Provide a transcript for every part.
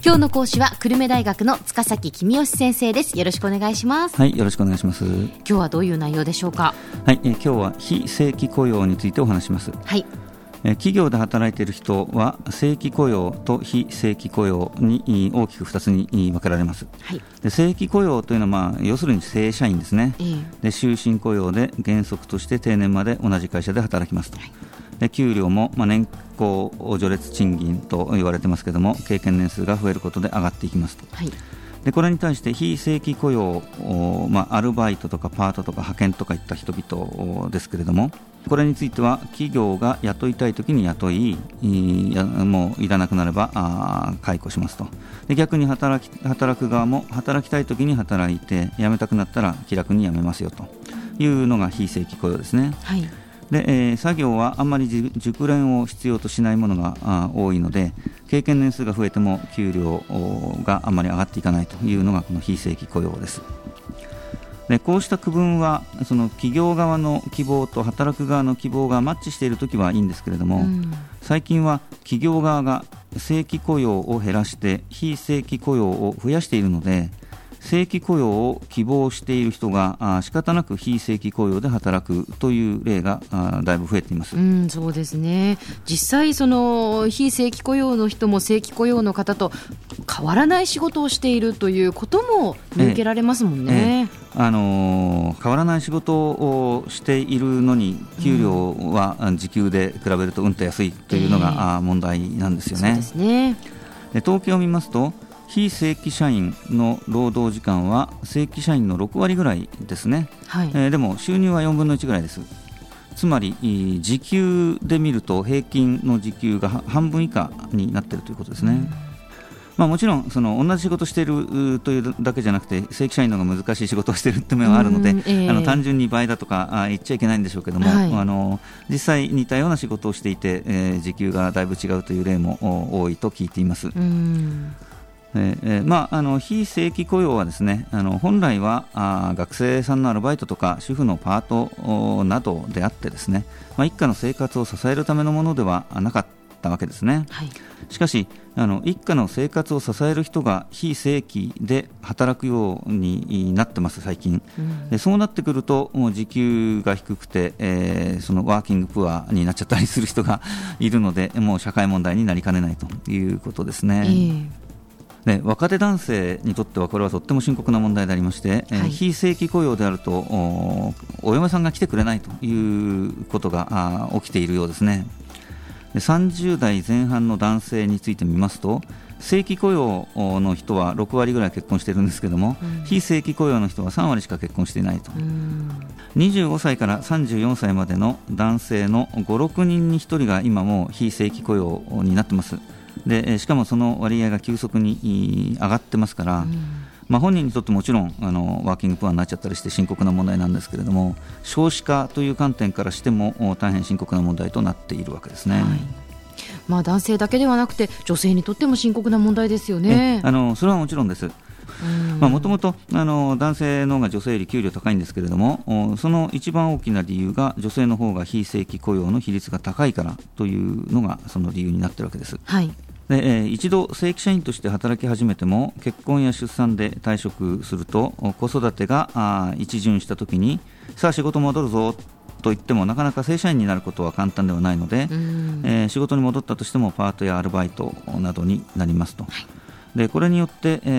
今日の講師は久留米大学の塚崎公義先生です。よろしくお願いします。 はい、よろしくお願いします。 今日はどういう内容でしょうか。 はい、今日は非正規雇用についてお話します。 はい。 企業で働いている人は正規雇用と非正規雇用に大きく2つに分けられます。 はい。 で、正規雇用というのは、要するに正社員ですね。で、終身雇用で原則として定年まで同じ会社で働きますと。はい。で、給料も、年功序列賃金と言われてますけども、経験年数が増えることで上がっていきますと。はい。で、これに対して非正規雇用、アルバイトとかパートとか派遣とかいった人々ですけれども、これについては企業が雇いたいときに雇い、もういらなくなれば解雇しますと。で、逆に働く側も働きたいときに働いて、辞めたくなったら気楽に辞めますよというのが非正規雇用ですね。はい。で、作業はあんまり熟練を必要としないものが多いので、経験年数が増えても給料があんまり上がっていかないというのがこの非正規雇用です。で、こうした区分はその企業側の希望と働く側の希望がマッチしているときはいいんですけれども、最近は企業側が正規雇用を減らして非正規雇用を増やしているので、正規雇用を希望している人が仕方なく非正規雇用で働くという例がだいぶ増えています。 そうですね。実際その非正規雇用の人も正規雇用の方と変わらない仕事をしているということも見受けられますもんね。 変わらない仕事をしているのに給料は時給で比べるとうんと安いというのが問題なんですよね。 そうですね。 で、統計を見ますと非正規社員の労働時間は正規社員の6割ぐらいですね。はい。でも収入は4分の1ぐらいです。つまり時給で見ると平均の時給が半分以下になっているということですね。もちろんその同じ仕事をしているというだけじゃなくて正規社員の方が難しい仕事をしているという面はあるので、単純に倍だとか言っちゃいけないんでしょうけども、はい、実際似たような仕事をしていて、時給がだいぶ違うという例も多いと聞いています。非正規雇用はですね、本来は学生さんのアルバイトとか主婦のパートなどであってですね、一家の生活を支えるためのものではなかったわけですね。はい。しかし一家の生活を支える人が非正規で働くようになってます最近。で、そうなってくるともう時給が低くて、そのワーキングプアになっちゃったりする人がいるので、もう社会問題になりかねないということですね。で、若手男性にとってはこれはとっても深刻な問題でありまして、非正規雇用であると お嫁さんが来てくれないということが起きているようですね。で、30代前半の男性について見ますと正規雇用の人は6割ぐらい結婚しているんですけども、非正規雇用の人は3割しか結婚していないと。25歳から34歳までの男性の5、6人に1人が今も非正規雇用になってます。で、しかもその割合が急速に上がってますから、本人にとってもちろんワーキングプアになっちゃったりして深刻な問題なんですけれども、少子化という観点からしても大変深刻な問題となっているわけですね。 はい。男性だけではなくて女性にとっても深刻な問題ですよね。 それはもちろんです。もともと男性の方が女性より給料高いんですけれども、その一番大きな理由が女性の方が非正規雇用の比率が高いからというのがその理由になっているわけです。はい。で、一度正規社員として働き始めても結婚や出産で退職すると子育てが一巡したときにさあ仕事戻るぞと言ってもなかなか正社員になることは簡単ではないので、仕事に戻ったとしてもパートやアルバイトなどになりますと。はい。で、これによって、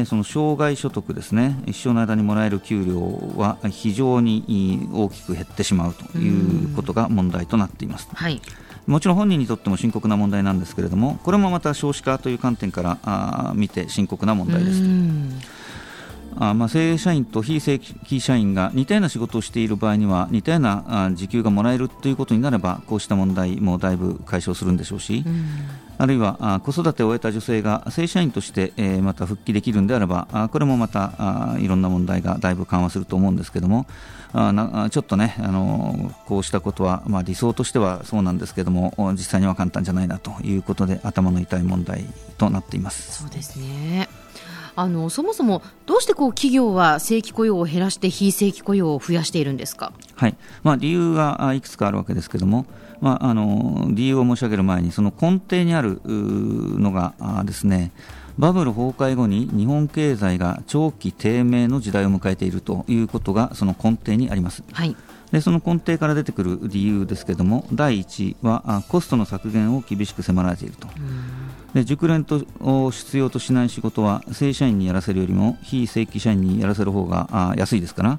その生涯所得ですね、一生の間にもらえる給料は非常に大きく減ってしまうということが問題となっています。はい。もちろん本人にとっても深刻な問題なんですけれども、これもまた少子化という観点から見て深刻な問題です。正社員と非正規社員が似たような仕事をしている場合には似たような時給がもらえるということになればこうした問題もだいぶ解消するんでしょうし、あるいは子育てを終えた女性が正社員としてまた復帰できるんであればこれもまたいろんな問題がだいぶ緩和すると思うんですけども、ちょっとねこうしたことは理想としてはそうなんですけども実際には簡単じゃないなということで頭の痛い問題となっています。 そうですね。 そもそもどうして企業は正規雇用を減らして非正規雇用を増やしているんですか。 はい、理由がいくつかあるわけですけれども、理由を申し上げる前にその根底にあるのがですね、バブル崩壊後に日本経済が長期低迷の時代を迎えているということがその根底にあります。 はい、 でその根底から出てくる理由ですけれども、第一はコストの削減を厳しく迫られていると。で熟練を必要としない仕事は正社員にやらせるよりも非正規社員にやらせる方が安いですから、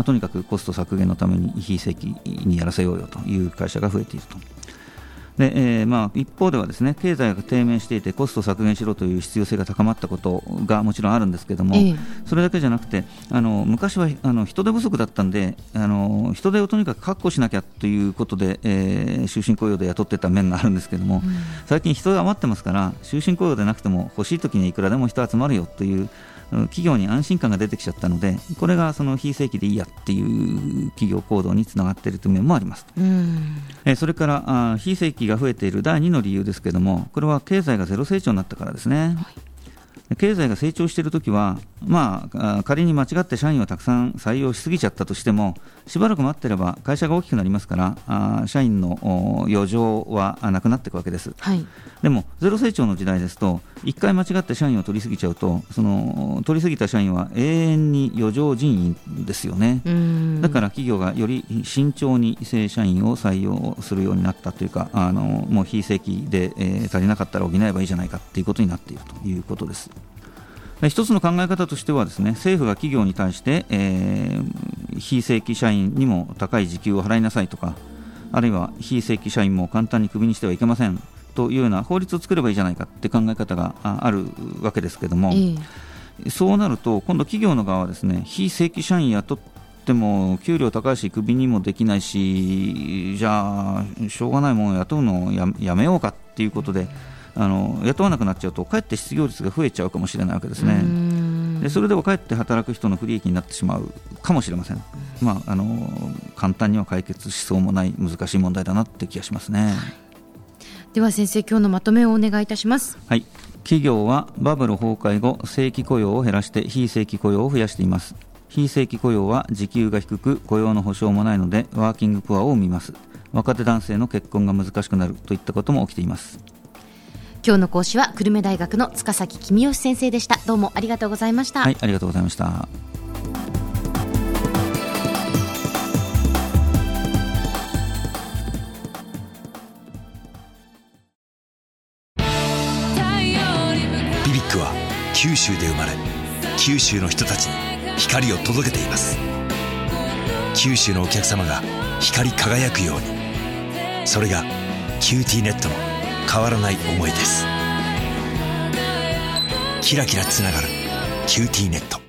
とにかくコスト削減のために非正規にやらせようよという会社が増えていると。で一方ではですね、経済が低迷していてコスト削減しろという必要性が高まったことがもちろんあるんですけれども、それだけじゃなくて昔は人手不足だったんで人手をとにかく確保しなきゃということで、終身雇用で雇ってた面があるんですけれども、最近人が余ってますから終身雇用でなくても欲しいときにいくらでも人集まるよという企業に安心感が出てきちゃったので、これがその非正規でいいやっていう企業行動につながっているという面もあります。それから非正規が増えている第2の理由ですけれども、これは経済がゼロ成長になったからですね。経済が成長しているときは、仮に間違って社員をたくさん採用しすぎちゃったとしてもしばらく待っていれば会社が大きくなりますから社員の余剰はなくなっていくわけです。 はい、でもゼロ成長の時代ですと1回間違って社員を取りすぎちゃうとその取りすぎた社員は永遠に余剰人員ですよね。だから企業がより慎重に正社員を採用するようになったというかもう非正規で、足りなかったら補えばいいじゃないかということになっているということです。一つの考え方としてはですね、政府が企業に対して、非正規社員にも高い時給を払いなさいとか、あるいは非正規社員も簡単にクビにしてはいけませんというような法律を作ればいいじゃないかって考え方があるわけですけれども、そうなると今度企業の側はですね、非正規社員雇っても給料高いしクビにもできないし、じゃあしょうがないもん雇うのを やめようかっていうことで雇わなくなっちゃうとかえって失業率が増えちゃうかもしれないわけですね。でそれではかえって働く人の不利益になってしまうかもしれません。簡単には解決しそうもない難しい問題だなって気がしますね。 では先生、今日のまとめをお願いいたします。 はい、企業はバブル崩壊後正規雇用を減らして非正規雇用を増やしています。非正規雇用は時給が低く雇用の保障もないのでワーキングプアを生みます。若手男性の結婚が難しくなるといったことも起きています。 今日の講師は久留米大学の塚崎公義先生でした。どうもありがとうございました。 はい、ありがとうございました。 ビビックは九州で生まれ九州の人たちに光を届けています。九州のお客様が光り輝くように、それがキューティーネットの変わらない思いです。キラキラつながるキューティーネット。